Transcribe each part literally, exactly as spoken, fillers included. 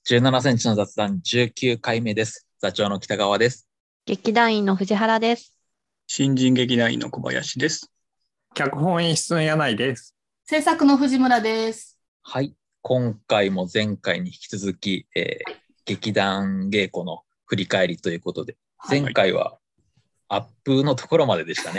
じゅうななセンチの雑談じゅうきゅうかいめです。座長の北川です。 劇団員の藤原です。 新人劇団員の小林です。 脚本演出の柳井です。 制作の藤村です。 はい、今回も前回に引き続き、えーはい、劇団稽古の振り返りということで、前回はアップのところまででしたね。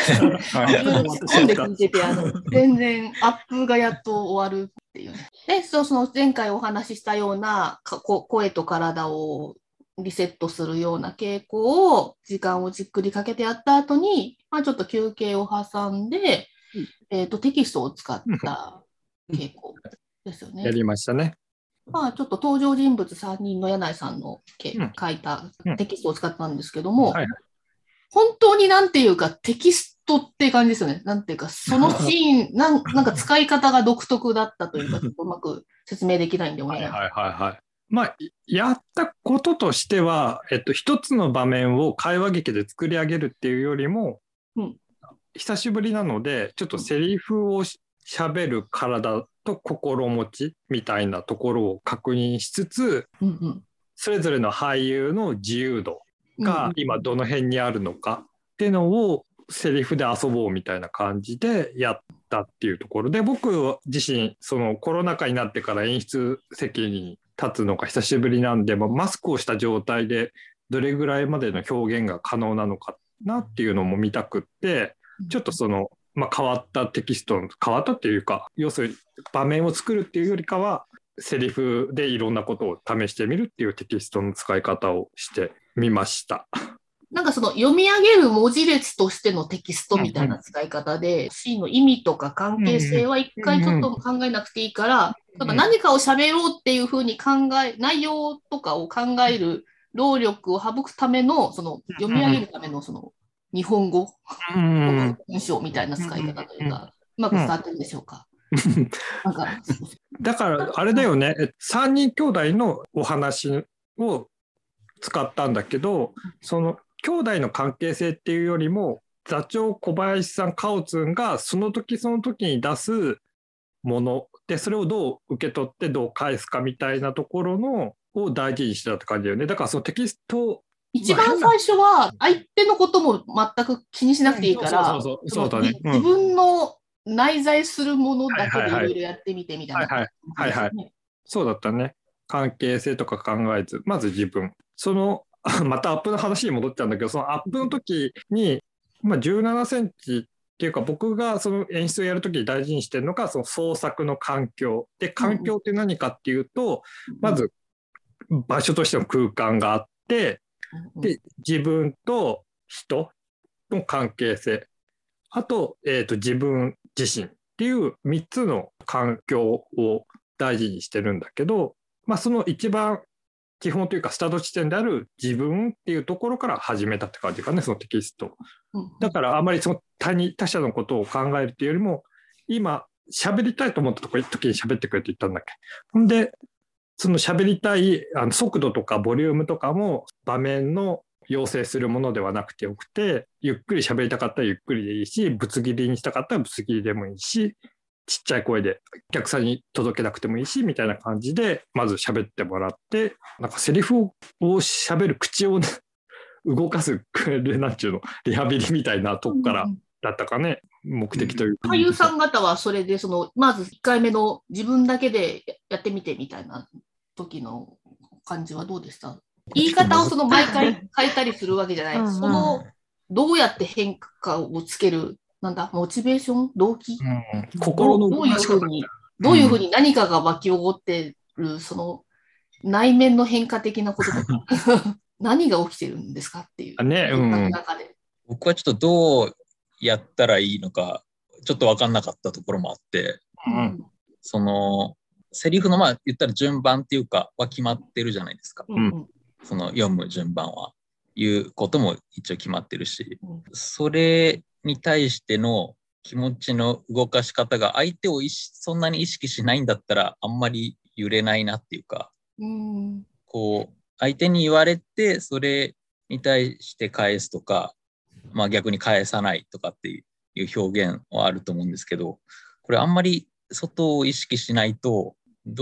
全然アップがやっと終わるっていう。で、その前回お話ししたような声と体をリセットするような稽古を時間をじっくりかけてやった後に、まあ、ちょっと休憩を挟んで、うん、えーと、テキストを使った稽古ですよね。 やりましたね。 まあ、ちょっと登場人物さんにんの柳井さんの、うん、書いたテキストを使ったんですけども、うんはい、本当になんていうかテキストって感じですよね。なんていうかそのシーンなん、なんか使い方が独特だったというか、ちょっとうまく説明できないんでお願いします。 はいはいはいはい。まあ、やったこととしては、えっと、一つの場面を会話劇で作り上げるっていうよりも、うん、久しぶりなので、ちょっとセリフをしゃべる体と心持ちみたいなところを確認しつつ、うんうん、それぞれの俳優の自由度が今どの辺にあるのかっていうのをセリフで遊ぼうみたいな感じでやったっていうところで、僕自身そのコロナ禍になってから演出席に立つのが久しぶりなんで、まあ、マスクをした状態でどれぐらいまでの表現が可能なのかなっていうのも見たくって、ちょっとその、まあ、変わったテキスト変わったっていうか、要するに場面を作るっていうよりかはセリフでいろんなことを試してみるっていうテキストの使い方をしてみました。 なんかその読み上げる文字列としてのテキストみたいな使い方で、うんうん、シーンの意味とか関係性は一回ちょっと考えなくていいから、うんうん、何かを喋ろうっていうふうに考え、内容とかを考える労力を省くための、その読み上げるためのその日本語、うん、文章みたいな使い方というか、うまく伝わってるんでしょうか。 なんかだからあれだよね、さんにん兄弟のお話を使ったんだけど、その兄弟の関係性っていうよりも、座長小林さんカオツンがその時その時に出すもので、それをどう受け取ってどう返すかみたいなところのを大事にしてたって感じだよね。だからそのテキスト一番最初は相手のことも全く気にしなくていいから、自分の内在するものだけでいろいろやってみてみたいな。 はいはいはい。そうだったね。関係性とか考えず、まず自分。そのまたアップの話に戻っちゃうんだけど、そのアップの時に、まあ、じゅうななセンチっていうか、僕がその演出をやる時に大事にしてるのがその創作の環境で、環境って何かっていうと、まず場所としての空間があって、で自分と人の関係性、あと、えーと、自分自身っていうみっつの環境を大事にしてるんだけど、まあ、その一番基本というかスタート地点である自分っていうところから始めたって感じかね、そのテキスト。だからあまりその 他, に他者のことを考えるっていうよりも、今喋りたいと思ったところ時に喋ってくれって言ったんだっけ。ほんでその喋りたいあの速度とかボリュームとかも場面の要請するものではなくてよくて、ゆっくり喋りたかったらゆっくりでいいし、ぶつ切りにしたかったらぶつ切りでもいいし、ちっちゃい声でお客さんに届けなくてもいいしみたいな感じでまず喋ってもらって、なんかセリフを喋る口を、ね、動かすなんちゅうのリハビリみたいなとこからだったかね、うん、目的というか。 俳優さん方はそれでそのまずいっかいめの自分だけでやってみてみたいな時の感じはどうでした？言い方をその毎回変えたりするわけじゃない。そのどうやって変化をつける、なんだ、モチベーション、動機、 うん、心のどういうふうに、どういうふうに何かが湧き起こってる、その内面の変化的なこととか、何が起きてるんですかっていう、 ね、うん、 中で。 僕はちょっとどうやったらいいのか、ちょっと分かんなかったところもあって、うん、そのセリフのまあ言ったら順番っていうかは決まってるじゃないですか。うん、その読む順番はいうことも一応決まってるし、それに対しての気持ちの動かし方が相手をそんなに意識しないんだったらあんまり揺れないなっていうか、うん、こう相手に言われてそれに対して返すとか、まあ、逆に返さないとかっていう表現はあると思うんですけど、これあんまり外を意識しないとどう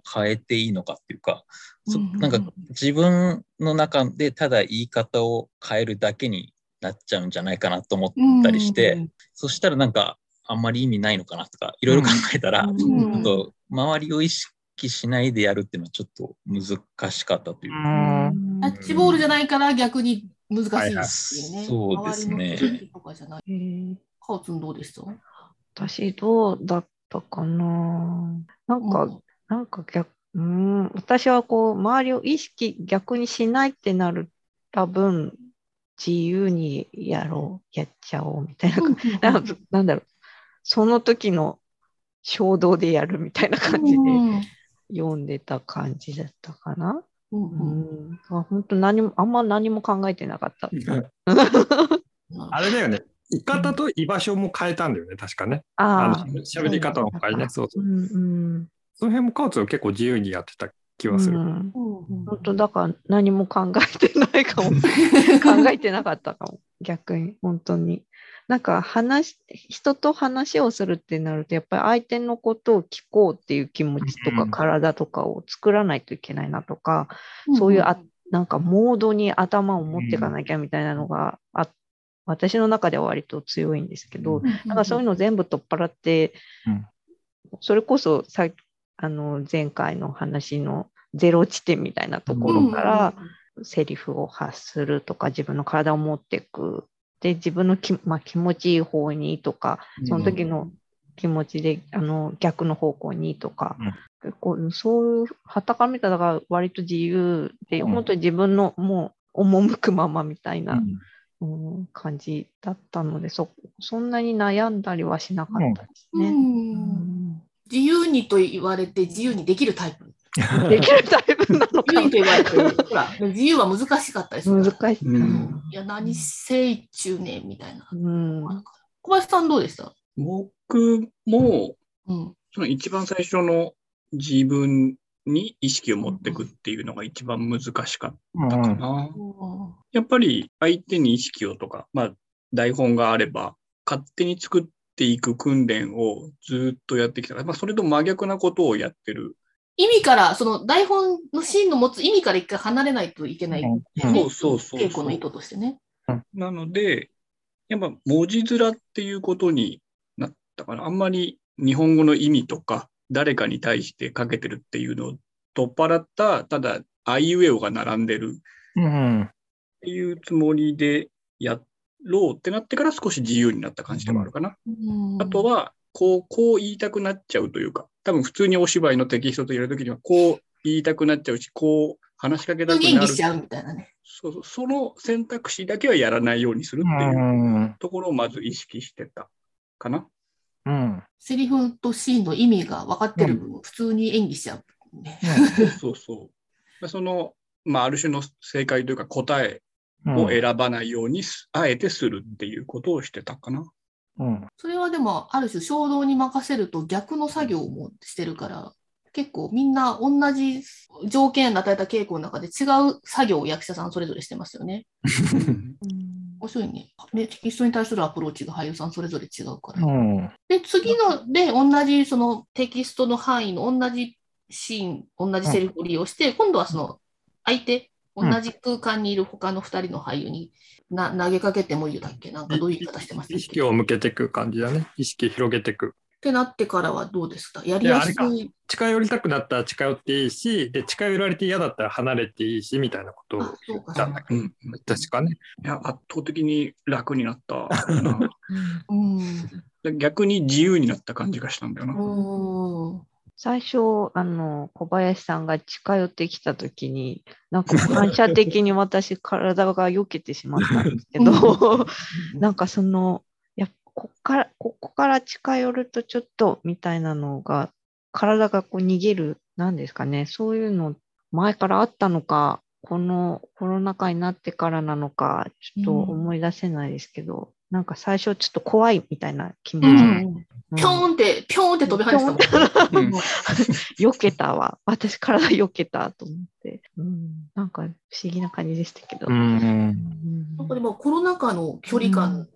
変えていいのかっていうか、そうんうんうんなんか自分の中でただ言い方を変えるだけになっちゃうんじゃないかなと思ったりして、 うんそしたらなんかあんまり意味ないのかなとかいろいろ考えたら、 うんちょっと周りを意識しないでやるっていうのはちょっと難しかったというか。 キャッチボールじゃないから逆に難しいっていうね。 そうですね周りの気持ちとかじゃない。 へーカオツンどうでした？ 私どうだったかな。なんか、 うんなんか逆、うーん、私はこう、周りを意識逆にしないってなる多分、自由にやろう、やっちゃおうみたいな、 うんうんなんかなんだろう、その時の衝動でやるみたいな感じでうん読んでた感じだったかな。 うんううんん、あ本当何も、あんま何も考えてなかった。 あれだよね。言い方と居場所も変えたんだよね、確かね。あああ、 の喋り方の他にね。そうそうう。 んうんその辺もカウツは結構自由にやってた気はする。 うん、 うん本当だから何も考えてないかも考えてなかったかも逆に本当になんか話人と話をするってなるとやっぱり相手のことを聞こうっていう気持ちとかうん体とかを作らないといけないなとか、 うんそういうあなんかモードに頭を持っていかなきゃみたいなのがあ私の中では割と強いんですけど、 うんなんかそういうの全部取っ払って、 うんそれこそさあの前回の話のゼロ地点みたいなところからセリフを発するとか自分の体を持っていくで自分のき、まあ、気持ちいい方にとかその時の気持ちであの逆の方向にとか、 うん、 結構そういう傍から見たら割と自由で、うん、本当に自分のもう赴くままみたいな、うんうん、感じだったので そ, そんなに悩んだりはしなかったですね。 うんうん自由にと言われて自由にできるタイプ。 できるタイプなのか自由にと言われてほら自由は難しかったです。 難しい、 うん。いや何せい中年みたいな。 うん、 小林さんどうでした？ 僕も、 うん、 その一番最初の自分に意識を持っていくっていうのが一番難しかったかな。うん、やっぱり相手に意識をとか、まあ台本があれば勝手に作っていく訓練をずっとやってきたから、まあ、それと真逆なことをやってる。 意味から、その台本のシーンの持つ意味から一回離れないといけない、ね。 そうそうそう。 稽古の意図としてね。 なので、やっぱ文字面っていうことになったから、あんまり日本語の意味とか、誰かに対してかけてるっていうのを取っ払った、ただ、あいうえおが並んでるっていうつもりでやろうってなってから少し自由になった感じでもあるかな。うん、あとは、こう、こう言いたくなっちゃうというか、多分普通にお芝居のテキストとやるときには、こう言いたくなっちゃうし、こう話しかけたくなる。 演技しちゃうみたいなね。 そうそう、その選択肢だけはやらないようにするっていうところをまず意識してたかな。 うん。 セリフとシーンの意味が分かってる分、うん、普通に演技しちゃう、ね。 そうそうそう。その、まあ、ある種の正解というか答えを選ばないように、うん、あえてするっていうことをしてたかな。 うん、それはでもある種衝動に任せると逆の作業もしてるから結構みんな同じ条件で与えた稽古の中で違う作業を役者さんそれぞれしてますよね。面白いね。ね、テキストに対するアプローチが俳優さんそれぞれ違うから。うん、で次ので同じそのテキストの範囲の同じシーン同じセリフを利用して、うん、今度はその相手同じ空間にいる他のふたりの俳優にな投げかけてもいいだっけなんかどういう言い方してましたっけ？ 意識を向けていく感じだね。意識広げていく。 ってなってからはどうですか？やりやすい。 近寄りたくなったら近寄っていいし、で近寄られて嫌だったら離れていいしみたいなことを言ったんだけど、確かね。 いや圧倒的に楽になったな、うん。逆に自由になった感じがしたんだよな。 うん最初あの小林さんが近寄ってきたときになんか反射的に私体が避けてしまったんですけどなんかそのいやここからここから近寄るとちょっとみたいなのが体がこう逃げるなんですかねそういうの前からあったのかこのコロナ禍になってからなのかちょっと思い出せないですけど、うんなんか最初ちょっと怖いみたいな気持ち、うんうん、ピョーンってピョーンって飛び跳ねてたもん、ね、 避けたわ私体避けたと思って、うん、なんか不思議な感じでしたけど、うん、 なんかでもコロナ禍の距離感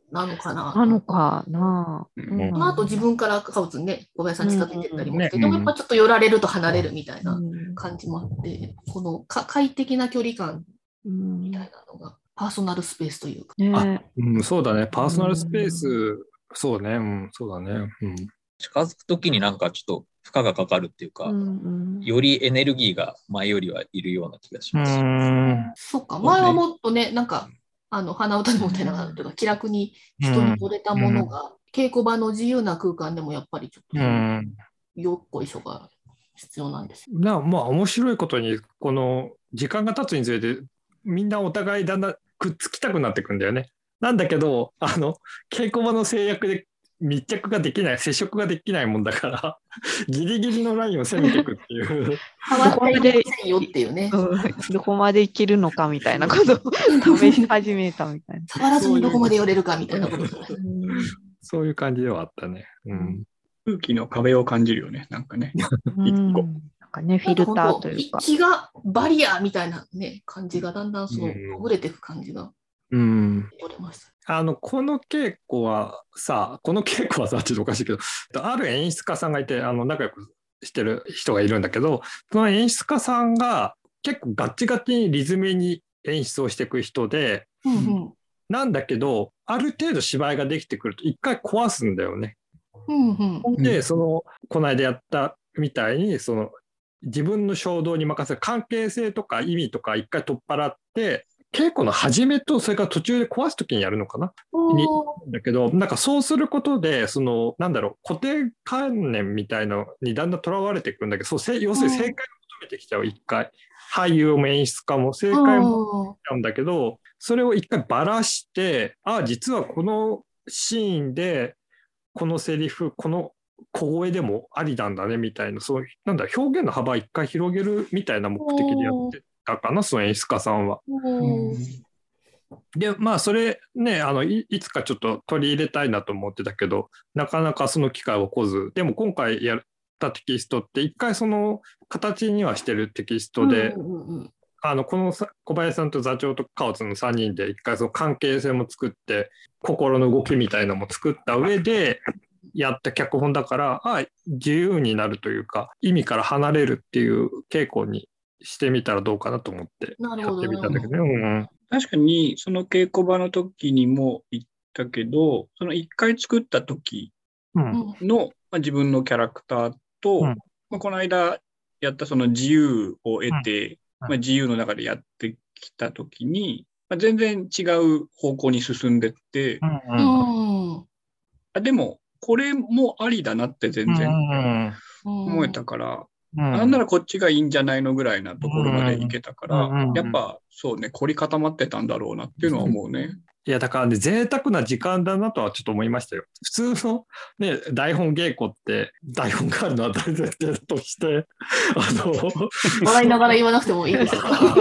なのかな。 なのかな。 うんうんその後自分からカウツにね、小林さん近づいてったりもして、 うんでもやっぱちょっと寄られると離れるみたいなうん感じもあって、このか快適な距離感うんみたいなのが、パーソナルスペースというか。 ねうん、そうだね。パーソナルスペース、そうね。うん、そうだね。うん。 近づくときになんかちょっと負荷がかかるっていうか、 うんうんよりエネルギーが前よりはいるような気がします。 ん。 そうか、 ね前はもっとね、なんか、あの鼻歌でも歌いながらというか、気楽に人に取れたものが、稽古場の自由な空間でもやっぱりちょっと、 うん。 よっこいしょが必要なんですよ。 なまあ面白いことにこの時間が経つにつれてみんなお互いだんだんくっつきたくなってくんだよね。なんだけどあの稽古場の制約で密着ができない接触ができないもんだからギリギリのラインを攻めていくっていう変わっていませんよっていうね。 うんどこまでいけるのかみたいなことを試し始めたみたいな。 触らずにどこまで寄れるかみたいなことですね。 そういう感じではあったね。うん空気の壁を感じるよね、なんかね。 うん一個なんかね、フィルターというか。 気がバリアみたいなね、感じがだんだんそううんほぐれていく感じがうん取れました。 あのこの稽古はさこの稽古はさちょっとおかしいけどある演出家さんがいてあの仲良くしてる人がいるんだけどその演出家さんが結構ガッチガチにリズムに演出をしていく人でうんうんなんだけどある程度芝居ができてくると一回壊すんだよね。 うんうんでそのこの間やったみたいにその自分の衝動に任せる関係性とか意味とか一回取っ払って稽古の始めとそれから途中で壊す時にやるのかなにだけどなんかそうすることでそのなんだろう固定観念みたいのにだんだんとらわれていくんだけどそうせ要するに正解を求めてきちゃう一回俳優も演出家も正解を求めてきちゃうんだけどそれを一回ばらしてあ実はこのシーンでこのセリフこの小声でもありなんだねみたいなそうなんだ表現の幅を一回広げるみたいな目的でやってたかなその演出家さんは。でまあそれねあの い, いつかちょっと取り入れたいなと思ってたけどなかなかその機会を来ずでも今回やったテキストって一回その形にはしてるテキストで、 うんうんうんあのこの小林さんと座長とカオツのさんにんで一回その関係性も作って心の動きみたいなのも作った上でやった脚本だからあ自由になるというか意味から離れるっていう傾向にしてみたらどうかなと思ってやってみたんだけどね。うんうん確かに、その稽古場の時にも言ったけど、その一回作った時うんの、まあ、自分のキャラクターと、 うんまあ、この間やったその自由を得て、 うんまあ、自由の中でやってきた時に、まあ、全然違う方向に進んでって、 うんうんうんあでも、これもありだなって全然思えたから、 うんなんならこっちがいいんじゃないのぐらいなところまでいけたから、 うんやっぱそうね、凝り固まってたんだろうなっていうのは思うね。 いやだからね贅沢な時間だなとはちょっと思いましたよ。普通の、ね、台本稽古って台本があるのは大前提としてあの笑いながら言わなくてもいいですよ。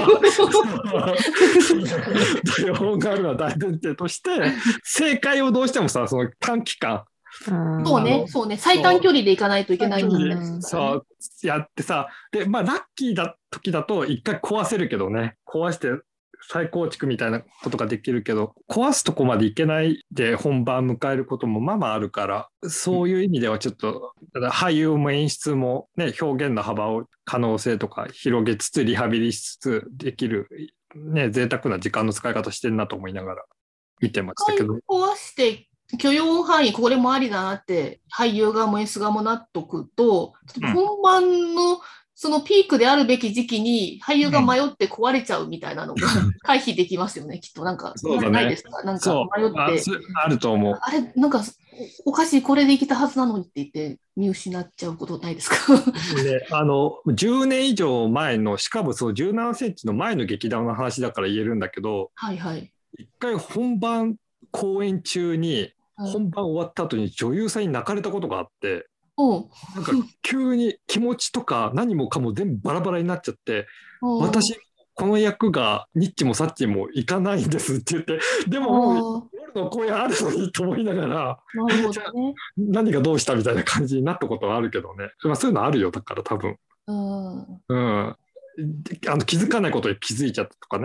台本があるのは大前提として正解をどうしてもさその短期間うんそうね、そうね、最短距離で行かないといけない問題ですからね。 そうやってさでまあラッキーだ時だと一回壊せるけどね壊して再構築みたいなことができるけど壊すとこまでいけないで本番迎えることもまあまああるからそういう意味ではちょっとただ俳優も演出も、ね、表現の幅を可能性とか広げつつリハビリしつつできる、ね、贅沢な時間の使い方してるなと思いながら見てましたけど。 壊して許容範囲これもありだなって俳優側も演出側も納得と、 うん本番のそのピークであるべき時期に俳優が迷って壊れちゃうみたいなのが回避できますよね、きっと。なんか、 そうだねないですか？なんかそう迷って、 あそあると思う。 あれ、なんかおかしい、これでいけたはずなのにって言って見失っちゃうことないですか？ であのじゅうねん以上前のしかもそうじゅうななセンチの前の劇団の話だから言えるんだけどはいはい。 一回本番公演中にうん本番終わった後に女優さんに泣かれたことがあってうんなんか急に気持ちとか何もかも全部バラバラになっちゃってうん私この役がニッチもサッチもいかないんですって言ってでももう夜の公演あるのにと思いながらなるほどね。 何がどうしたみたいな感じになったことはあるけどね、まあ、そういうのあるよだから多分、 うん。 うん、あの気づかないことに気づいちゃったとかね。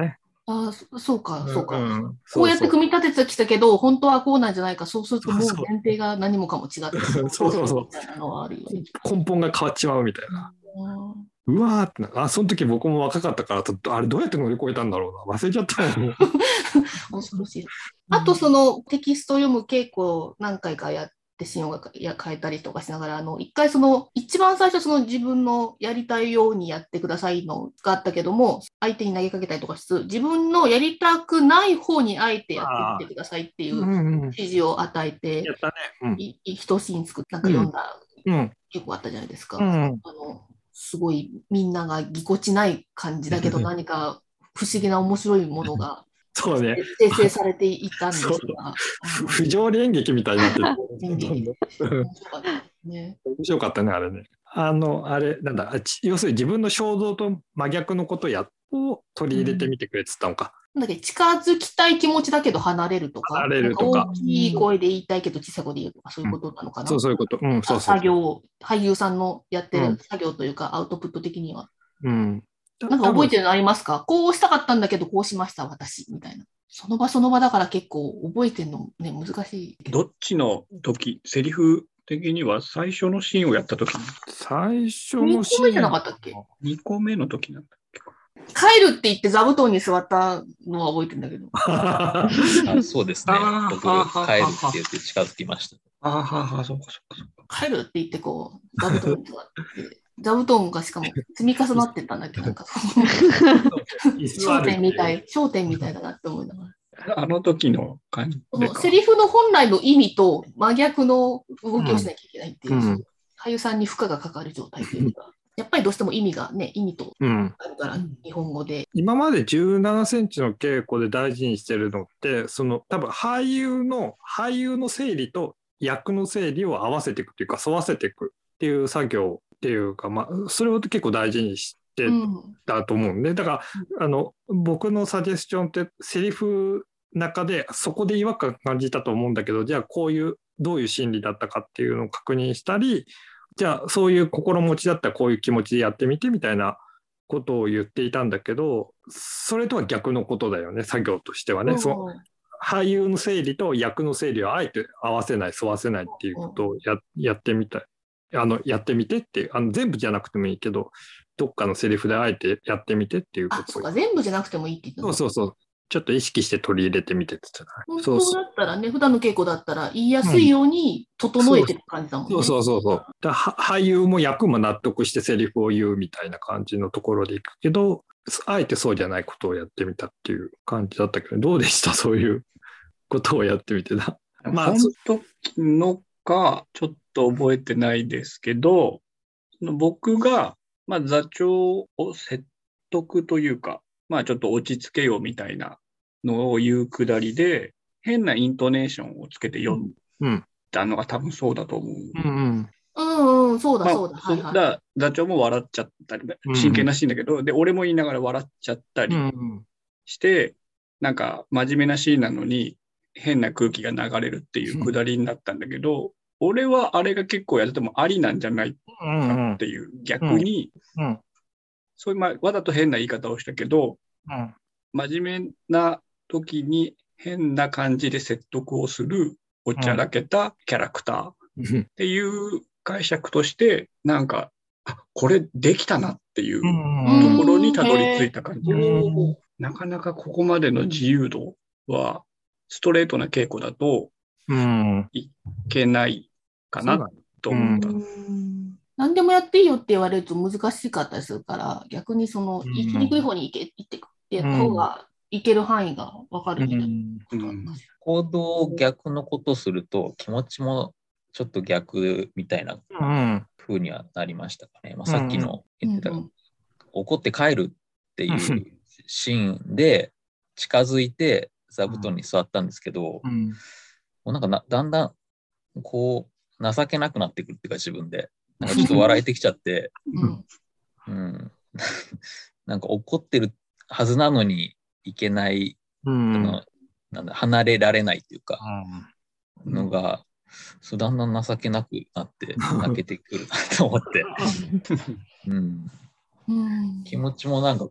ああ、そうか、そうか。 うんうんこうやってそう組み立ててきたけど、本当はこうなんじゃないか、そうするともうそうそう前提が何もかも違ってしまう。 そうそうそうみたいなのはあるよね。 根本が変わっちまうみたいな。うわーってな、あ、その時僕も若かったから、ちょっとあれどうやって乗り越えたんだろうな。忘れちゃったもん。 恐ろしい。あと、そのテキストを読む稽古を何回かやってシーンをや変えたりとかしながら、あの一回その一番最初その自分のやりたいようにやってくださいのがあったけども、相手に投げかけたりとかしつつ、自分のやりたくない方にあえてやってみてくださいっていう指示を与えて、 やったね。うんい一シーン作ってなんか読んだうん結構あったじゃないですか。 うんあのすごいみんながぎこちない感じだけど何か不思議な面白いものがそうね。 生成されていたんですが、 ふ不条理演劇みたいになってて演劇どんどん面白かったですね。 面白かったね、あれね。あの、あれ、なんだ、あち要するに自分の衝動と真逆のことやを取り入れてみてくれって言ったのか。 なんだっけ、近づきたい気持ちだけど離れるとか、 離れるとかなん大きい声で言いたいけど小さい声で言うとか、そういうことなのかな。 そう、そういうこと。うん、そうそう。 作業、俳優さんのやってうんる作業というか、アウトプット的には。 うん。 なんか覚えてるるのありますか？こうしたかったんだけど、こうしました、私、みたいな。その場その場だから結構覚えてるのね、難しい。 どっちの時、セリフ的には最初のシーンをやった時に、 最初 2 のシ個目じゃなーン。 かったっけ？ にこめの時なんだっけか。 帰るって言って座布団に座ったのは覚えてるんだけど。 あそうですね。 あー僕、 ははは帰るって言って近づきました。 ああ、はあはあ、そうかそうかそうか。 帰るって言ってこう、座布団に座って、座布団がしかも積み重なってったんだっけなんか、焦点みたい、焦点みたいだなって思いながら。 あの時の感じそでか。 のセリフの本来の意味と真逆の動きをしなきゃいけないっていう、 うん俳優さんに負荷がかかる状態というか、やっぱりどうしても意味がね、意味とうん。 あるから、日本語で。 今までじゅうななセンチの稽古で大事にしてるのって、その多分俳優の、俳優の整理と役の整理を合わせていくというか、沿わせていくっていう作業っていうか、まあ、それを結構大事にしてうんたと思うんで、だから、あの、僕のサジェスチョンってセリフ中でそこで違和感感じたと思うんだけど、じゃあこういう、どういう心理だったかっていうのを確認したり、じゃあそういう心持ちだったらこういう気持ちでやってみてみたいなことを言っていたんだけど、それとは逆のことだよね、作業としてはね。そう俳優の整理と役の整理をあえて合わせない、沿わせないっていうことを や, やってみたい。あの、やってみてっていう、あの全部じゃなくてもいいけど、どっかのセリフであえてやってみてっていうこあ、 とを。 そうか、全部じゃなくてもいいって言ったの。 そうそうそう。ちょっと意識して取り入れてみてって言ってたね。 本当だったらね、普段の稽古だったら言いやすいように整えてる感じだもんね。 そうそうそうそう。だは俳優も役も納得してセリフを言うみたいな感じのところでいくけど、あえてそうじゃないことをやってみたっていう感じだったけど、どうでしたそういうことをやってみてな。まあ、 その時のか、ちょっと覚えてないですけど、その僕が、まあ、座長を説得というか、まあ、ちょっと落ち着けようみたいなのを言うくだりで、変なイントネーションをつけて読んだのが多分そうだと思う。 うんうんうんうん、そうだまあそうだ。はいはい、 だ座長も笑っちゃったり、真剣らしいんだけど、うん、で、俺も言いながら笑っちゃったりして、うん、なんか真面目なシーンなのに変な空気が流れるっていうくだりになったんだけど、うん、俺はあれが結構やっててもありなんじゃないかっていう、うん、逆に、うんうん、そういう、まあ、わざと変な言い方をしたけど、うん、真面目な時に変な感じで説得をするおちゃらけたキャラクターっていう解釈として、なんか、あ、これできたなっていうところにたどり着いた感じがする。なかなかここまでの自由度は、ストレートな稽古だといけないかなと思った。 何でもやっていいよって言われると難しかったりするから、逆にその、行きにくい方に行け、行ってくってやった方が、行ける範囲が分かるみたいなことあります。 行動逆のことすると気持ちもちょっと逆みたいな風にはなりましたかね。まあ、さっきの言ってた、うんうん、怒って帰るっていうシーンで近づいて座布団に座ったんですけど、うんうん、もうなんかなだんだんこう情けなくなってくるっていうか自分でなんかちょっと笑えてきちゃって、うんうん、なんか怒ってるはずなのにいけない、うん、のなんだ離れられないというか、うん、のがそうだんだん情けなくなって泣けてくるなと思って、うんうん、気持ちもなんか変わ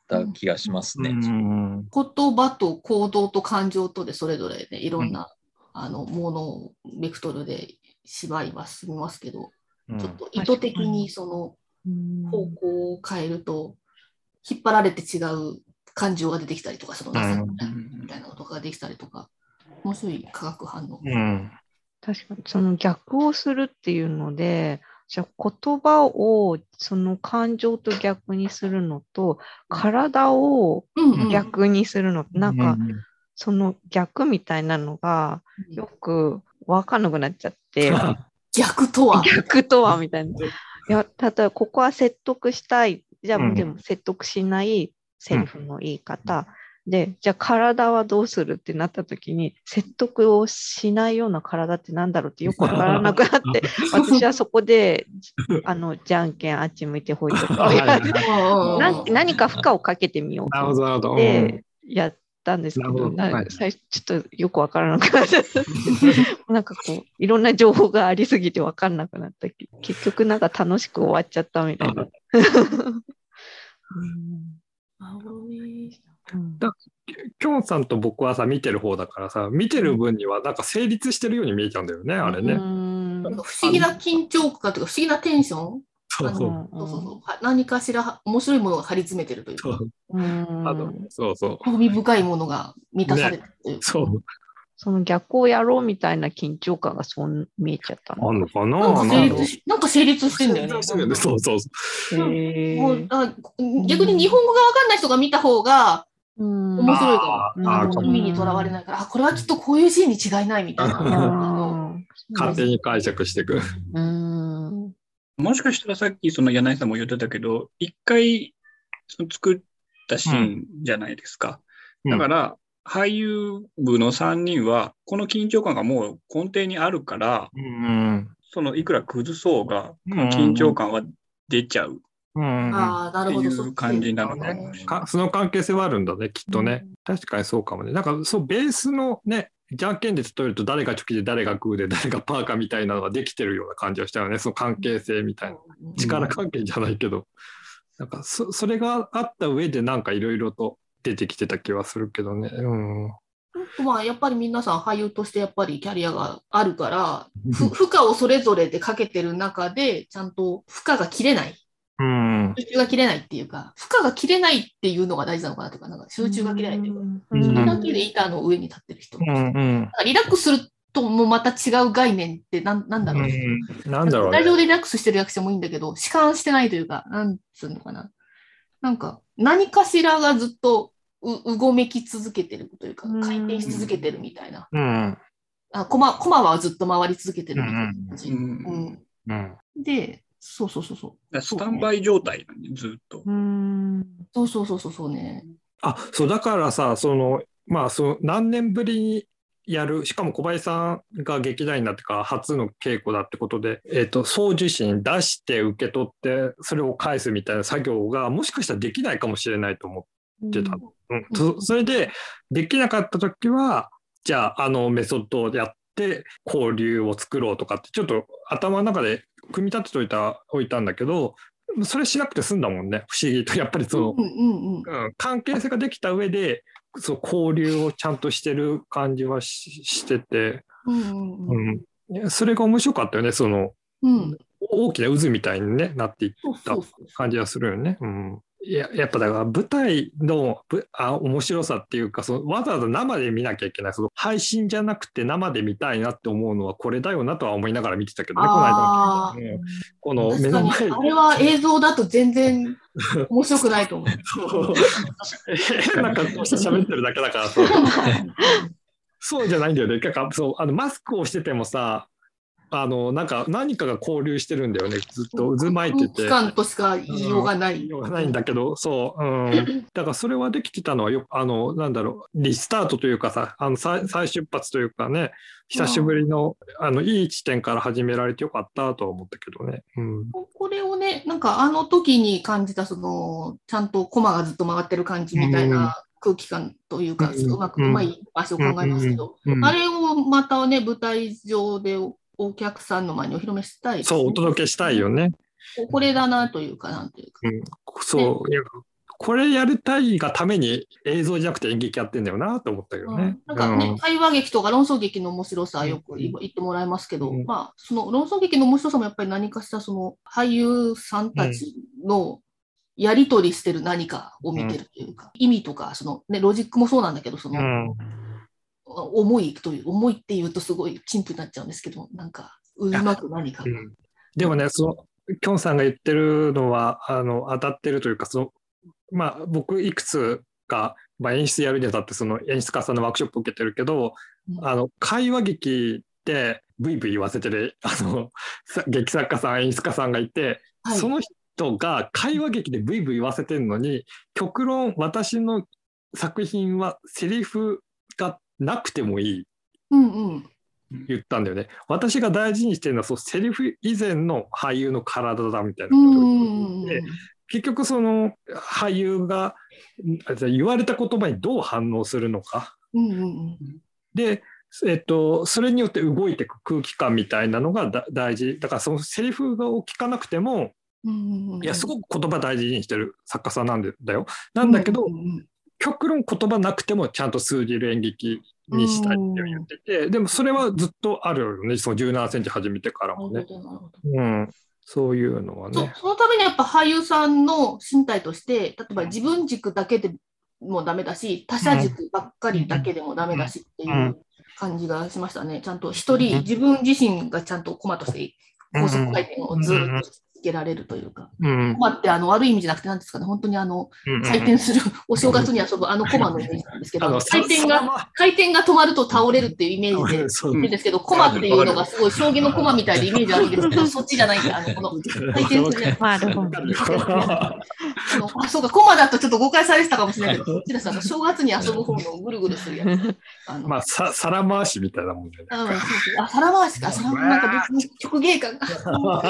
た気がしますね。 うん、 言葉と行動と感情とでそれぞれね、いろんな、うん、あのものをベクトルで芝居は進みますけど、うん、ちょっと意図的にその方向を変えると、引っ張られて違う感情が出てきたりとか、その情けみたいなことができたりとか、面白い化学反応。 うん、 確かにその逆をするっていうので、じゃあ言葉をその感情と逆にするのと、体を逆にするの、うんうん、なんかその逆みたいなのがよく分かんなくなっちゃって、 逆とは逆とはみたいな。いや、例えばここは説得したい、じゃあでも説得しないセリフの言い方、うん、で、じゃあ体はどうするってなった時に、説得をしないような体ってなんだろうってよくわからなくなって、私はそこで、あの、じゃんけんあっち向いてほいとか何か負荷をかけてみようと思ってやったんですけど、な最初ちょっとよくわからなくなっちゃった。なんかこう、いろんな情報がありすぎてわかんなくなった。結局なんか楽しく終わっちゃったみたいな。 だきょんさんと僕はさ見てる方だからさ、見てる分にはなんか成立してるように見えちゃうんだよね、あれね。 うん、不思議な緊張感というか不思議なテンション、そうそうそうそう何かしら面白いものが張り詰めてるというか、 うん、あのそうそう興味深いものが満たされてるというか、ね、 そうその逆をやろうみたいな緊張感がそう見えちゃったの。 あんのかな。 なんか成立し、なんか成立してんだよね。 そうそうそう。 もうあ逆に日本語が分かんない人が見た方が面白いかも。意味にとらわれないから、あ、これはきっとこういうシーンに違いないみたいな。 勝手に解釈していく。 うんもしかしたらさっきその柳井さんも言ってたけど、一回その作ったシーンじゃないですか。うん、だから、俳優部のさんにんは、この緊張感がもう根底にあるから、うん、そのいくら崩そうが、この緊張感は出ちゃう。 うん、ああ、なるほど。 っていう感じなのかもしれない。 その関係性はあるんだね、きっとね。うん、確かにそうかもね。なんか、そう、ベースのね、じゃんけんで例えると誰がチョキで誰がグーで誰がパーかみたいなのができてるような感じがしたよね。その関係性みたいな。力関係じゃないけど。なんかそ、それがあった上でなんかいろいろと出てきてた気はするけどね。うん。 まあ、やっぱり皆さん俳優としてやっぱりキャリアがあるから、負荷をそれぞれでかけてる中で、ちゃんと負荷が切れない。 うん、 集中が切れないっていうか、負荷が切れないっていうのが大事なのかなというか、なんか集中が切れないっていうか、うん、それだけで板の上に立ってる人。うんうん、リラックスするともまた違う概念ってな、なんだろう。うん、 なんだろう、ね。 スタジオでリラックスしてる役者もいいんだけど、弛緩してないというか、なんつうのかな。なんか、何かしらがずっとううごめき続けてるというか、回転し続けてるみたいな。 うん、 あコマ、コマはずっと回り続けてるみたいな感じ。 うんうんうん、で、そうそうそうそう。 スタンバイ状態なんで、ずっと。 うんそうそうそうそうそうね。 あ、そうだからさ、そのまあその何年ぶりにやる、しかも小林さんが劇団員になってから初の稽古だってことで、えっと送受信出して受け取ってそれを返すみたいな作業がもしかしたらできないかもしれないと思ってた。うんうん、それでできなかった時はじゃああのメソッドをやって交流を作ろうとかってちょっと頭の中で組み立てといたおいたんだけど、それしなくて済んだもんね。不思議とやっぱりその、 うんうんうんうん、関係性ができた上でそう交流をちゃんとしてる感じは し, してて、 うんうんうん、それが面白かったよね。その、 うん、 大きな渦みたいに、ね、なっていった感じがするよね。うん、いや, やっぱだから舞台のあ面白さっていうか、そのわざわざ生で見なきゃいけない、その配信じゃなくて生で見たいなって思うのはこれだよなとは思いながら見てたけどね、この間の、ね、この目の前にあれは映像だと全然面白くないと思う。 そう変な格好して喋ってるだけだからそうそうじゃないんだよね。なんかそうあのマスクをしててもさ、あのなんか何かが交流してるんだよね。ずっと渦巻いてて。 期間としか言いようがない。 言いようがないんだけど、そう、うん。だからそれはできてたのはよくあのなんだろうリスタートというかさ、あの再再出発というかね、久しぶりのあのいい地点から始められてよかったとは思ったけどね。うん。 これをね、なんかあの時に感じたそのちゃんとコマがずっと回ってる感じみたいな空気感というか、うん、うまく、うまい場所を考えますけど、うんうん、あれをまたね舞台上でお客さんの前にお披露目したいです、ね、 そうお届けしたいよね。 これだなというかなんというか、 うん、そう、ね、 これやりたいがために映像じゃなくて演劇やってんだよなと思ったけどね。 うん、なんかね、 うん、 会話劇とか論争劇の面白さよく言ってもらいますけど、うん、まあ、その論争劇の面白さもやっぱり何かしらその俳優さんたちのやり取りしてる何かを見てるというか、うん、意味とか、そのね、ロジックもそうなんだけど、その、うん、思いという、思いっていうとすごい陳腐になっちゃうんですけど、なんか、うまく何かが。うん、 でもね、その、きょんさんが言ってるのは、あの、当たってるというか、その、まあ、僕、いくつか、まあ、演出やるにあたって、その演出家さんのワークショップを受けてるけど、うん、あの、会話劇で、ブイブイ言わせてる、あの、劇作家さん、演出家さんがいて、はい、その人が会話劇でブイブイ言わせてるのに、極論、私の作品はセリフがなくてもいい。 うんうん言ったんだよね。私が大事にしてるのはそうセリフ以前の俳優の体だみたいなことを言って、結局その俳優が言われた言葉にどう反応するのか、 うんうんうん、 で、えっと、それによって動いていく空気感みたいなのがだ大事だから、そのセリフを聞かなくても、うんうんうん、いやすごく言葉大事にしてる作家さんなんだよ。なんだけど、うんうんうん、極論言葉なくてもちゃんと通じる演劇にしたいって言ってて、でもそれはずっとあるよね、そのじゅうななセンチ始めてからもね。うん、そういうのはね。 そ, そのためにやっぱ俳優さんの身体として、例えば自分軸だけでもダメだし、他者軸ばっかりだけでもダメだしっていう感じがしましたね。ちゃんと一人、自分自身がちゃんとコマとして高速回転をずっとつけられるというか、うん、コマってあの悪い意味じゃなくて何ですかね、本当にあの回転する、お正月に遊ぶあのコマのイメージなんですけど、回転が回転が止まると倒れるっていうイメージで言うんですけど、コマっていうのがすごい将棋のコマみたいでイメージあるんですけど、そっちじゃないんで、あのこの回転するやつ。あのあそうか、コマだとちょっと誤解されてたかもしれないけど、そっちです、あの正月に遊ぶ方のぐるぐるするやつ。 あのまあ、さ皿回しみたいなもんで、ね。 うん、そうそうあ、皿回しか、皿なんか別に曲芸感が。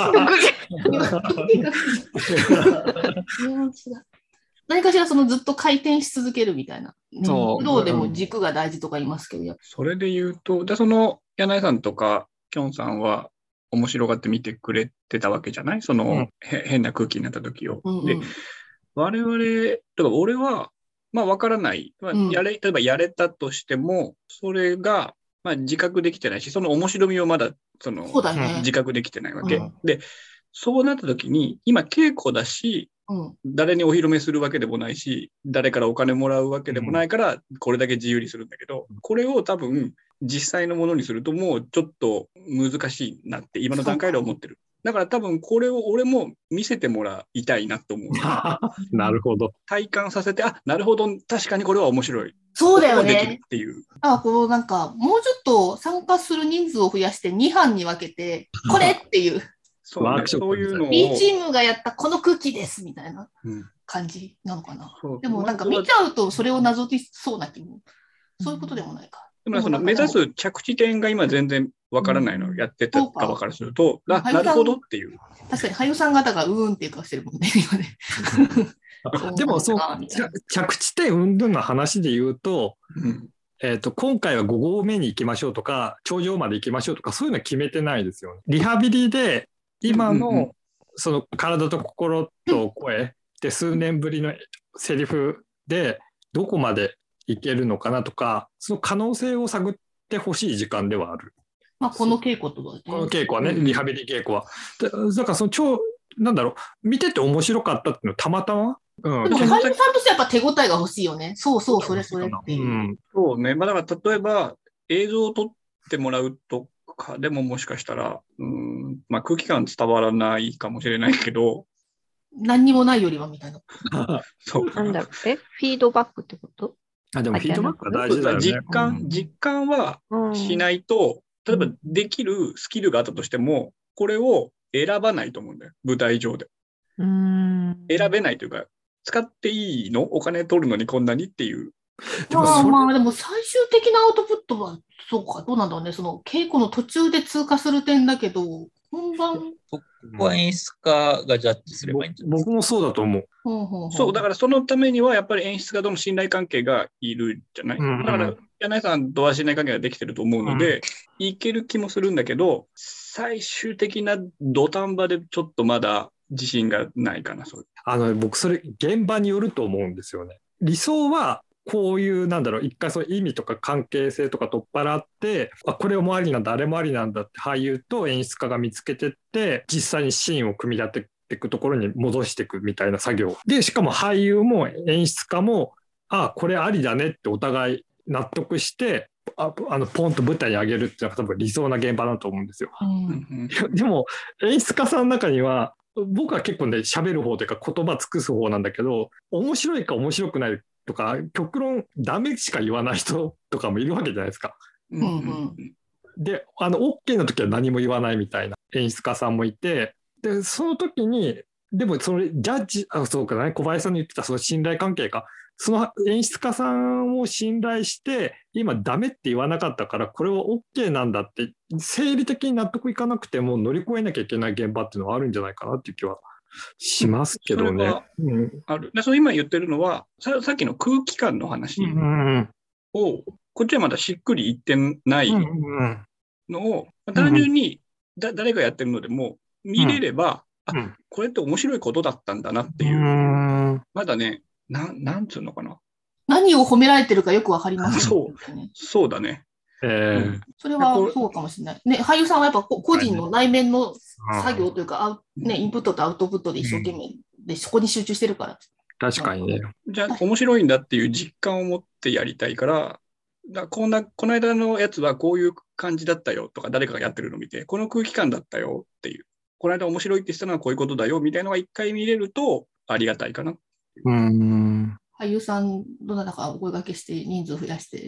何かしらそのずっと回転し続けるみたいな。武道でも軸が大事とか言いますけど。 それで言うと、でその柳井さんとかきょんさんは面白がって見てくれてたわけじゃないその、うん、変な空気になった時を。うんうん、で、我々、例えば俺は、まあ分からない、まあやれ。例えばやれたとしても、それが、まあ、自覚できてないし、その面白みをまだそのそうだね、 自覚できてないわけ。うん、で、そうなった時に、今稽古だし、うん、誰にお披露目するわけでもないし、誰からお金もらうわけでもないから、これだけ自由にするんだけど、うん、これを多分、実際のものにするともうちょっと難しいなって今の段階で思ってる。だから多分これを俺も見せてもらいたいなと思う。 なるほど。 体感させて、あ、なるほど、確かにこれは面白い。 そうだよね。 できるっていう。 あ、このなんか、もうちょっと参加する人数を増やしてに班に分けて、これっていう。 そうね、そういうのを。 B チームがやったこの空気ですみたいな感じなのかな。うん、でもなんか見ちゃうとそれを謎解きそうな気も。そういうことでもないか。 でもその目指す着地点が今全然わからないのをやってた側からすると、うん、なるほどっていう。 確かに俳優さん方がうーんっていう顔してるもんね、今ね。 でもそう、着地点云々の話で言うと、うんえーと、今回はご合目に行きましょうとか、頂上まで行きましょうとか、そういうのは決めてないですよね。リハビリで今のその体と心と声で数年ぶりのセリフでどこまでいけるのかなとか、その可能性を探ってほしい時間ではある。 まあ、この稽古とかね。 この稽古はね、リハビリ稽古は。だ, だからその超、なんだろう、見てて面白かったっていうのはたまたま、 うん、でも俳優さんとしてやっぱ手応えが欲しいよね。そうそう、それそれっていう。うん、 そうね。まあ、だから例えば映像を撮ってもらうとかでももしかしたら、うんまあ、空気感伝わらないかもしれないけど。 何にもないよりはみたいな。 そう。なんだろう、えフィードバックってこと？ あでもフィードバックは大事だよね。 実感、うん、実感はしないと、例えばできるスキルがあったとしても、これを選ばないと思うんだよ。舞台上で。 うーん選べないというか、使っていいの？お金取るのにこんなにっていう。 まあまあ、でも最終的なアウトプットは、そうか、どうなんだろうね。その稽古の途中で通過する点だけど、本番。 そこは演出家がジャッジすればいいんじゃないですか。 僕もそうだと思う。 ほうほうほうそう、だからそのためにはやっぱり演出家との信頼関係がいるじゃない。うんうん、だから、柳井さんとは信頼関係ができてると思うので、うん、いける気もするんだけど、最終的な土壇場でちょっとまだ自信がないかな、そういう。 あの僕それ現場によると思うんですよね。理想はこういうなんだろう、一回そういう意味とか関係性とか取っ払って、あこれもありなんだあれもありなんだって俳優と演出家が見つけてって、実際にシーンを組み立てていくところに戻していくみたいな作業で、しかも俳優も演出家もあこれありだねってお互い納得して、ああのポンと舞台に上げるっていうのが多分理想な現場だと思うんですよ。 うんうんでも演出家さんの中には、僕は結構ね喋る方というか言葉尽くす方なんだけど、面白いか面白くないとか極論ダメしか言わない人とかもいるわけじゃないですか。 うんうんであの OK の時は何も言わないみたいな演出家さんもいて、でその時にでもそれジャッジあそうかね、小林さんの言ってたその信頼関係か、その演出家さんを信頼して今ダメって言わなかったからこれは OK なんだって生理的に納得いかなくても乗り越えなきゃいけない現場っていうのはあるんじゃないかなっていう気はしますけどね。うん、 ある。でそう今言ってるのはさ、さっきの空気感の話うんを、こっちはまだしっくり言ってないうんのを、単純にだ誰がやってるのでも見れれば、 うんあこれって面白いことだったんだなっていう、 うんまだね、ななんつうのかな。 何を褒められてるかよくわかりますそよね。 そうだね。 えーうんそれはそうかもしれない。ね、俳優さんはやっぱこ個人の内面の作業というか、アウね、インプットとアウトプットで一生懸命で、そこに集中してるから。 確かにね。 じゃあ面白いんだっていう実感を持ってやりたいから、だこんなこの間のやつはこういう感じだったよとか、誰かがやってるのを見て、この空気感だったよっていう、この間面白いって言ってたのはこういうことだよみたいなのが一回見れるとありがたいかな。 うん俳優さん、どなたかお声掛けして人数増やして、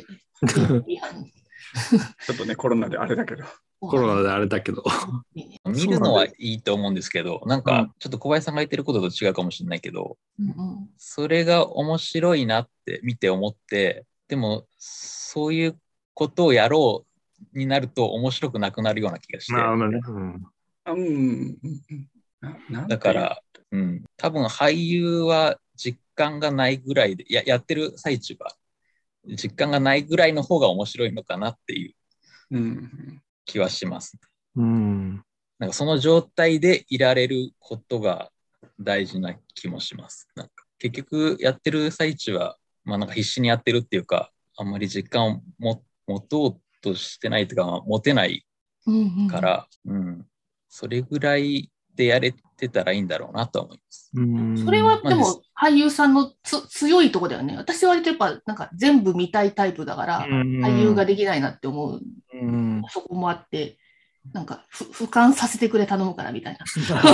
ちょっとね、コロナであれだけど。 コロナであれだけど。 見るのはいいと思うんですけど、なんかちょっと小林さんが言ってることと違うかもしれないけど、 うんうんそれが面白いなって見て思って、でもそういうことをやろうになると面白くなくなるような気がして。 なるほどね。うんあうんうんななんてだから、うん、多分俳優は実感がないぐらいで、ややってる最中は実感がないぐらいの方が面白いのかなっていううん気はします。 うんなんかその状態でいられることが大事な気もします。なんか結局やってる最中は、まあ、なんか必死にやってるっていうか、あんまり実感をも持とうとしてないというか、まあ持てないから、うんうん、それぐらいでやれてたらいいんだろうなと思います。 うんそれはでも俳優さんのつ強いところだよね。私は割とやっぱなんか全部見たいタイプだから俳優ができないなって思う、 うん、 そこもあって、なんかふ俯瞰させてくれ頼むからみたいな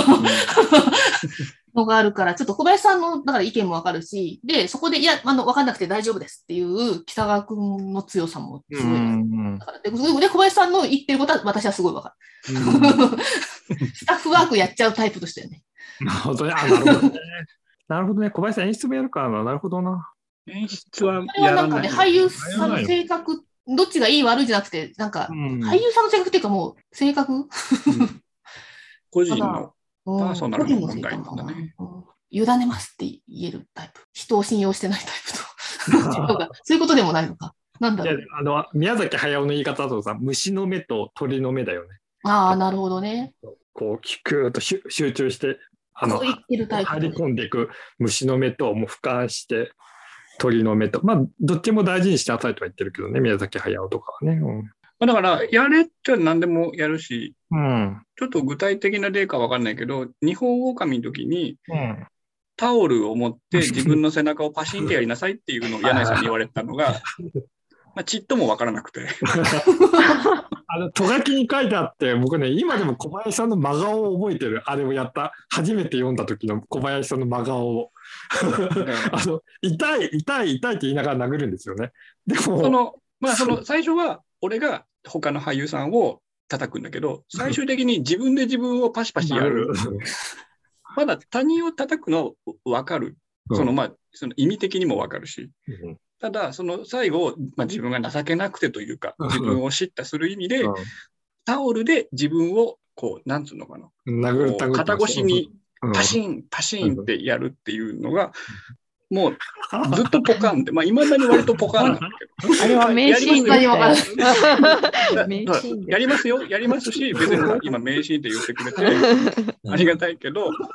のがあるから、ちょっと小林さんのだから意見もわかるし、でそこでいやあの分かんなくて大丈夫ですっていう北川君の強さもすごいです。 うんだからでで小林さんの言ってることは私はすごいわかる。スタッフワークやっちゃうタイプとしてね。 なるほどね。あ、なるほどね。なるほどね。小林さん演出もやるからな。なるほどな。 演出はそれはやらない。 なんかね、俳優さんの性格、どっちがいい悪いじゃなくて、なんか、 うん俳優さんの性格っていうかもう、性格、 うん個人のうんパーソナル個人の性の問題格かな、 なんだね。 うん委ねますって言えるタイプ。人を信用してないタイプと。違うかそういうことでもないのか。なんだいやろう。 あの宮崎駿の言い方だとさ、虫の目と鳥の目だよね。 ああ、なるほどね。 こう、キューッと集集中して、あのこう言ってるタイプ入り込んでいく虫の目と、もう俯瞰して鳥の目と、まあ、どっちも大事にしてなさいとは言ってるけどね、宮崎駿とかはね。 まあだから、やれって何でもやるし、 うん。 ちょっと具体的な例かわかんないけど、日本狼の時にうん。 タオルを持って自分の背中をパシンってやりなさいっていうのを柳井さんに言われたのが、まあ、ちっともわからなくて。 あの、とがきに書いてあって、僕ね、今でも小林さんの真顔を覚えてる。あれをやった、初めて読んだ時の小林さんの真顔を。あの、痛い、痛い、痛いって言いながら殴るんですよね。でも、 その、まあその最初は俺が他の俳優さんを叩くんだけど、最終的に自分で自分をパシパシやる。まだ他人を叩くの分かる。そのまあ、その意味的にも分かるし。 うんただ、その最後、まあ、自分が情けなくてというか、自分を叱咤する意味で、 うんタオルで自分を、こう、なんつうのかな。 殴るこう肩越しにパシン。 ン、パシンってやるっていうのが、もうずっとポカンで、まあ、いまだに割とポカンなんだけど。 あれは名シーンでしたよ。 や名シーンでやりますよ、やりますし、別に今名シーンって言ってくれてありがたいけど、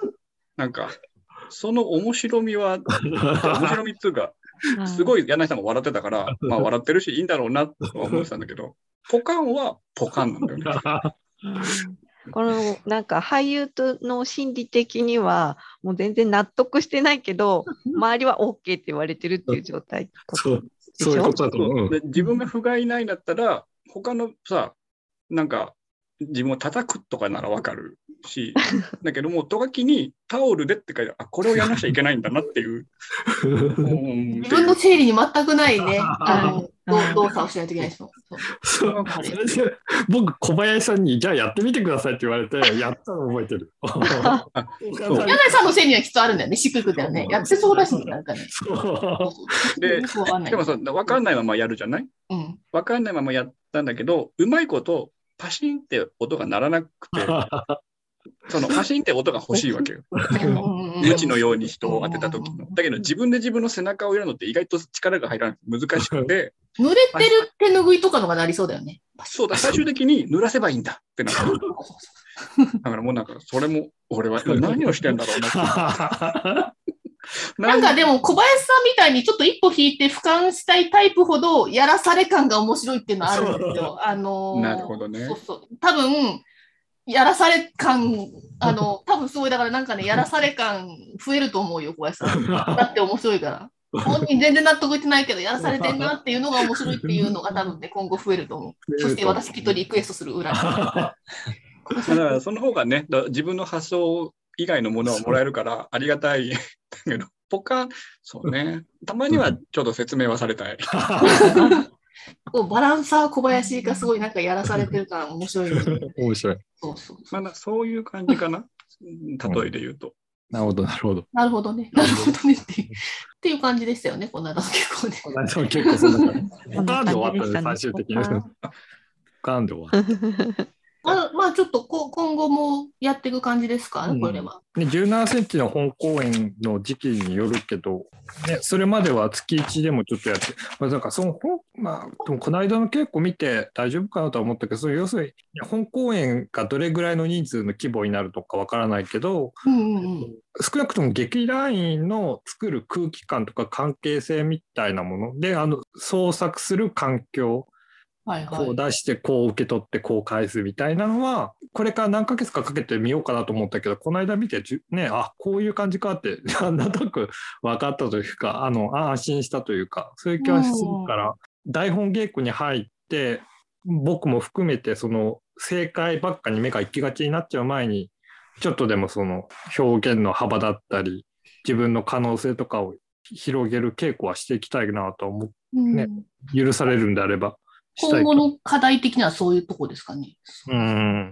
なんか、その面白みは、面白みっていうか、すごい柳井さんが笑ってたから、まあ笑ってるしいいんだろうなとは思ってたんだけど、ポカンはポカンなんだよね。 このなんか俳優との心理的にはもう全然納得してないけど、周りは OK って言われてるっていう状態ってことでしょ？ そういうことだと思う。 で自分が不甲斐ないんだったら、他のさ、なんか自分を叩くとかならわかるし、だけども、とがきにタオルでって書いてある、あ、これをやらなきゃいけないんだなっていう。 自分の整理に全くないね、あの動作をしないといけないですもん。 そうそうそれで僕、小林さんに、じゃあやってみてくださいって言われて、やったの覚えてる。 柳井さんの整理はきっとあるんだよね、しくくだよね。やってそうだしね、なんかね。 で、でもさ、分かんないままやるじゃない？うん、分かんないままやったんだけど、うまいこと、パシンって音が鳴らなくて、そのパシンって音が欲しいわけよ。無知のように人を当てた時の。だけど自分で自分の背中をやるのって意外と力が入らない難しくて。 濡れてる手ぬぐいとかのがなりそうだよね。 そうだ、最終的に濡らせばいいんだってなる。だからもうなんか、それも俺は何をしてんだろうなって。 なんかでも小林さんみたいにちょっと一歩引いて俯瞰したいタイプほどやらされ感が面白いっていうのはあるんですよ。あのー、 なるほどね。 そうそう。多分、やらされ感、あの、多分すごいだからなんかね、やらされ感増えると思うよ、小林さん。だって面白いから。本人全然納得いってないけど、やらされてんなっていうのが面白いっていうのが多分ね、今後増えると思う。そして私きっとリクエストする裏に。だからその方がね、自分の発想以外のものをもらえるからありがたいだけど、ポカン、そうね、たまにはちょっと説明はされたい。 バランサー小林がすごいなんかやらされてるから面白い、ね。 面白い。 そうそうそう。まあ、そういう感じかな、例えで言うと。うん、 なるほど、なるほど。 なるほどね。なるほどねっていう。っていう感じでしたよね、この間の結構ね。 この間の結構そんな感じ。ポカーンで終わったね、最終的に。ポカーンで終わった。 まあ、まあ、ちょっとこ今後もやっていく感じですか、うん、これは。 ね、じゅうななセンチの本公演の時期によるけど、ね、それまでは月いちでもちょっとやって、まあ、なんかその本、まあ、でもこの間の稽古見て大丈夫かなとは思ったけど、それ要するに本公演がどれぐらいの人数の規模になるとかわからないけど、 うんうんうん、 少なくとも劇団員の作る空気感とか関係性みたいなもので、あの創作する環境、 はいはい、 こう出してこう受け取ってこう返すみたいなのはこれから何ヶ月かかけてみようかなと思ったけど、この間見てね、あ、こういう感じかってなんとなく分かったというか、あの安心したというか、そういう気はするから、台本稽古に入って僕も含めてその正解ばっかに目が行きがちになっちゃう前に、ちょっとでもその表現の幅だったり自分の可能性とかを広げる稽古はしていきたいなと思う、ね、許されるんであれば。 今後の課題的にはそういうとこですかね。 うん。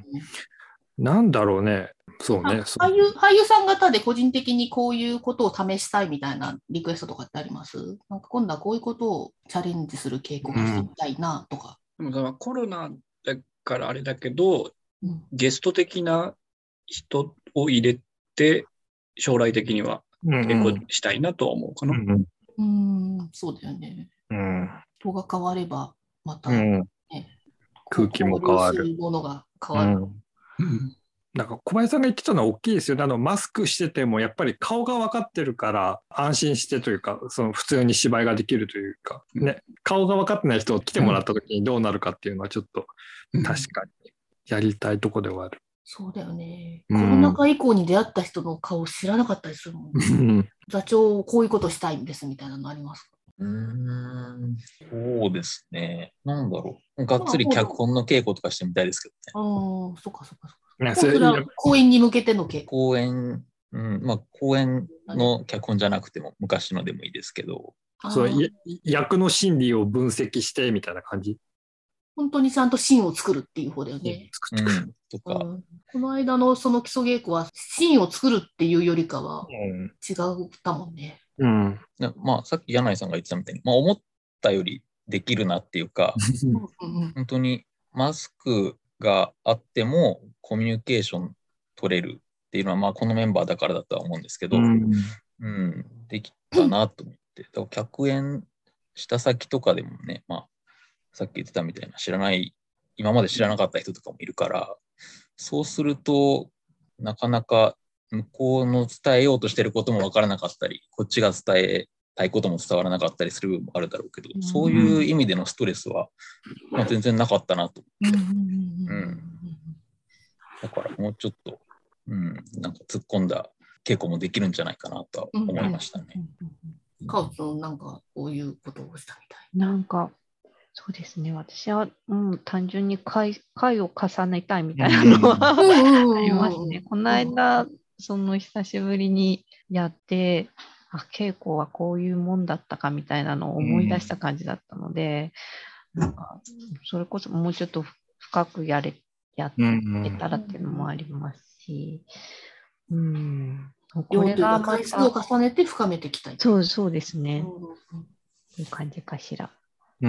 なんだろうね。そうね。 俳優、俳優さん方で個人的にこういうことを試したいみたいなリクエストとかってあります？なんか今度はこういうことをチャレンジする傾向がしてみたいなとか。 うん、でもコロナだからあれだけど、うん、ゲスト的な人を入れて将来的には結構したいなとは思うかな。 うん、うん、そうだよね。 うん、 人が変わればまた、ね、うん、 空気も変わる。 ものが変わる。うんなんか小林さんが言ってたのは大きいですよね。あのマスクしててもやっぱり顔が分かってるから安心してというか、その普通に芝居ができるというか、ね、顔が分かってない人を来てもらった時にどうなるかっていうのはちょっと確かにやりたいとこではある。 そうだよね。コロナ禍以降に出会った人の顔知らなかったりするもん、ね。座長こういうことしたいんですみたいなのありますか？ うーん、そうですね。なんだろう。がっつり脚本の稽古とかしてみたいですけどね。ああ、そっかそっかそっか。 それは公演に向けての稽古。 公演、うん、まあ公演の脚本じゃなくても昔のでもいいですけど。 そう役の心理を分析してみたいな感じ。 本当にちゃんとシーンを作るっていう方だよね。 うん、とか、 うん。この間のその基礎稽古はシーンを作るっていうよりかは違ったもんね。 うん、 まあさっき柳井さんが言ってたみたいに、まあ、思ったよりできるなっていうか本当にマスクがあってもコミュニケーション取れるっていうのは、まあ、このメンバーだからだとは思うんですけど、うんうん、できたなと思ってだから客演した先とかでもね、まあ、さっき言ってたみたいな知らない今まで知らなかった人とかもいるから、そうするとなかなか向こうの伝えようとしてることも分からなかったり、こっちが伝えたいことも伝わらなかったりする部分もあるだろうけど、うん、そういう意味でのストレスは、まあ、全然なかったなと思って、うん、だからもうちょっと、うん、なんか突っ込んだ稽古もできるんじゃないかなとは思いましたね。 カオツなんかこういうことをしたみたい。 なんかそうですね、私は、うん、単純に回、回を重ねたいみたいなのは、うん、ありますね。この間、その久しぶりにやって、あ、稽古はこういうもんだったかみたいなのを思い出した感じだったので、うん、なんかそれこそもうちょっと深くやれ、やってたらっていうのもありますし、うん、 これが回数を重ねて深めていきたい。 そう、そうですね。という感じかしら。 うん。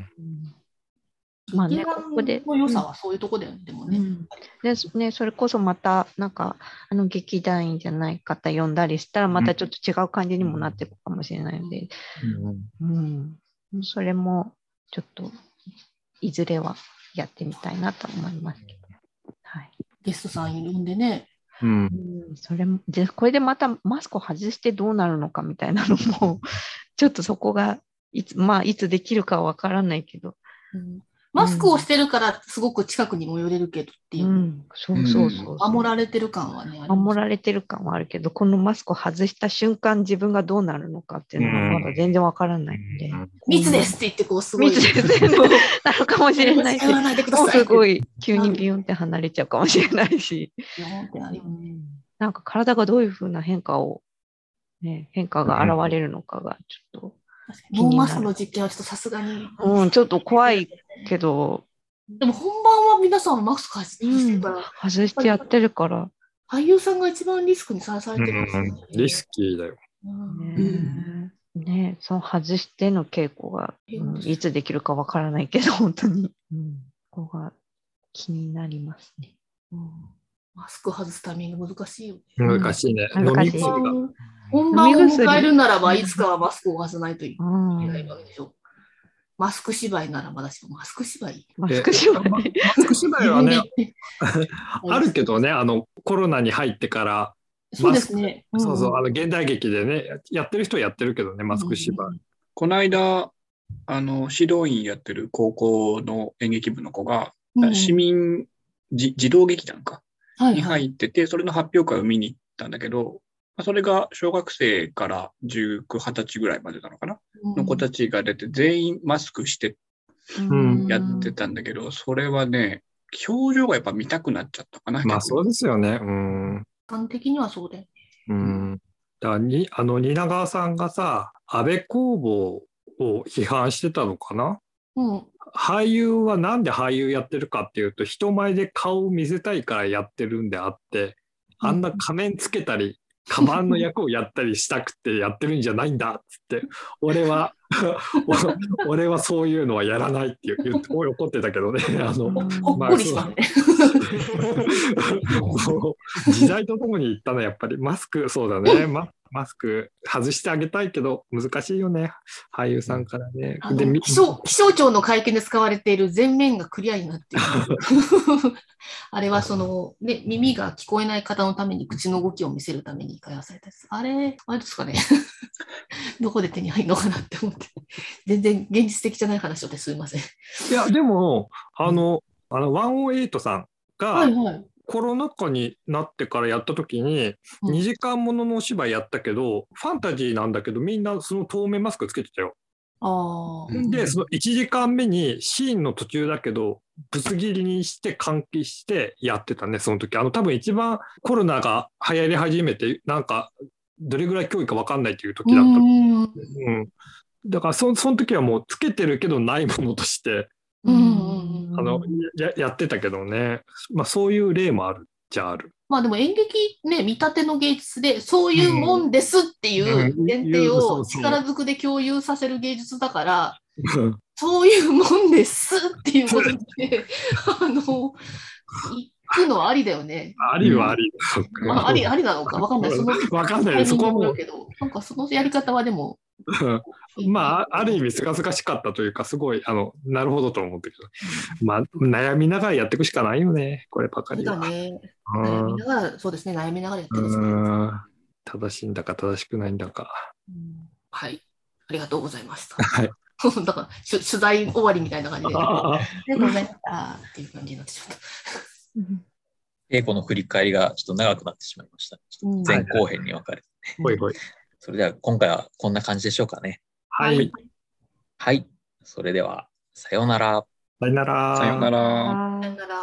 まあね、ここでの良さはそういうとこだよね、でもね。 でね、それこそまた、なんか、あの劇団員じゃない方呼んだりしたら、またちょっと違う感じにもなっていくかもしれないので、うんうん、それもちょっと、いずれはやってみたいなと思いますけど。はい、 ゲストさん呼んでね。 うん、それもでこれでまたマスクを外してどうなるのかみたいなのもちょっとそこがいつ、まあ、いつできるかはわからないけど、 うん、マスクをしてるからすごく近くにも寄れるけどっていう、うん、 そうそうそうそう、 守られてる感はね、 守られてる感はあるけど、このマスクを外した瞬間自分がどうなるのかっていうのがまだ全然わからないので、うん、 密ですって言ってこうすごい密ですなるかもしれないし、もうすごい急にビヨンって離れちゃうかもしれないし、なんか体がどういうふうな変化を、ね、変化が現れるのかがちょっとノーマスクの実験はちょっとさすがに、 うん、ちょっと怖いけど、 でも本番は皆さんマスク外してるから、うん、 外してやってるから俳優さんが一番リスクにさらされてるんですよね、 うん、リスキーだよ、 ねえ、ね、その外しての稽古が、うん、いつできるかわからないけど本当に、うん、ここが気になりますね、 うん、マスク外すタイミング難しいよね。 難しいね。 うん、難しい。 本番を迎えるならば、いつかはマスクを外さないといけないわけでしょ。うん、マスク芝居ならまだしも、マスク芝居マスク芝居マスク芝居はね、あるけどね、あの、コロナに入ってから、 そうですね。 うん、そうそう、あの、現代劇でね、やってる人はやってるけどね、マスク芝居。うん、 この間、あの、指導員やってる高校の演劇部の子が、うん、市民じ児童劇団か。に入ってて、それの発表会を見に行ったんだけど、それが小学生からじゅうきゅう、はたちぐらいまでなのかな、うん、の子たちが出て、全員マスクしてやってたんだけど、うん、それはね、表情がやっぱ見たくなっちゃったかな。 まあそうですよね。うん。 感的にはそうだよね。 うん。だからに、あの、蜷川さんがさ、安倍公房を批判してたのかな。 うん。 俳優はなんで俳優やってるかっていうと、人前で顔を見せたいからやってるんであって、あんな仮面つけたり、カバンの役をやったりしたくてやってるんじゃないんだっつって、俺は俺はそういうのはやらないって言って怒ってたけどね。あの、 ほっこりしますね。 時代とともに言ったのはやっぱりマスク、そうだね。ママスク外してあげたいけど難しいよね、俳優さんからね。 で気象、気象庁の会見で使われている全面がクリアになっているあれはその、ね、耳が聞こえない方のために口の動きを見せるために開発されたやつ。あれ、あれですかねどこで手に入るのかなって思って全然現実的じゃない話をですいません。 いやでもあの、あのワンオーエイトさんが、はいはい、コロナ禍になってからやった時ににじかんもののお芝居やったけど、うん、ファンタジーなんだけどみんなその透明マスクつけてたよ。 あでそのいちじかんめにシーンの途中だけどぶつ切りにして換気してやってたね、その時。あの多分一番コロナが流行り始めてなんかどれぐらい脅威か分かんないという時だった。うん、うん、だから そ, その時はもうつけてるけどないものとしてうん、 あの や, やってたけどね、まあ、そういう例もあるじゃある。 まあでも演劇ね、見立ての芸術でそういうもんですっていう前提を力ずくで共有させる芸術だから、そういうもんですっていうことであの行くのはありだよね。 ありはあり、 うん、まあ、ありありなのか分かんない。その分かんない。そこはもうけど、なんかそのやり方はでもまあ、ある意味、すがすがしかったというか、すごい、あの、なるほどと思ったけど、まあ、悩みながらやっていくしかないよね、こればかりは。 そうだね。 うん悩みながら、そうですね、悩みながらやってるんですね。 うん正しいんだか正しくないんだか。 うんはい。ありがとうございました。 はい。 だから、しゅ取材終わりみたいな感じで、ありがとうございましたっていう感じになってしまった。 稽古の振り返りがちょっと長くなってしまいました。ちょっと前後編に分かれて、 ほいほい。 それでは今回はこんな感じでしょうかね。 はい。 はい。それでは、さようなら。 さよなら。 さよなら。 あーさよなら。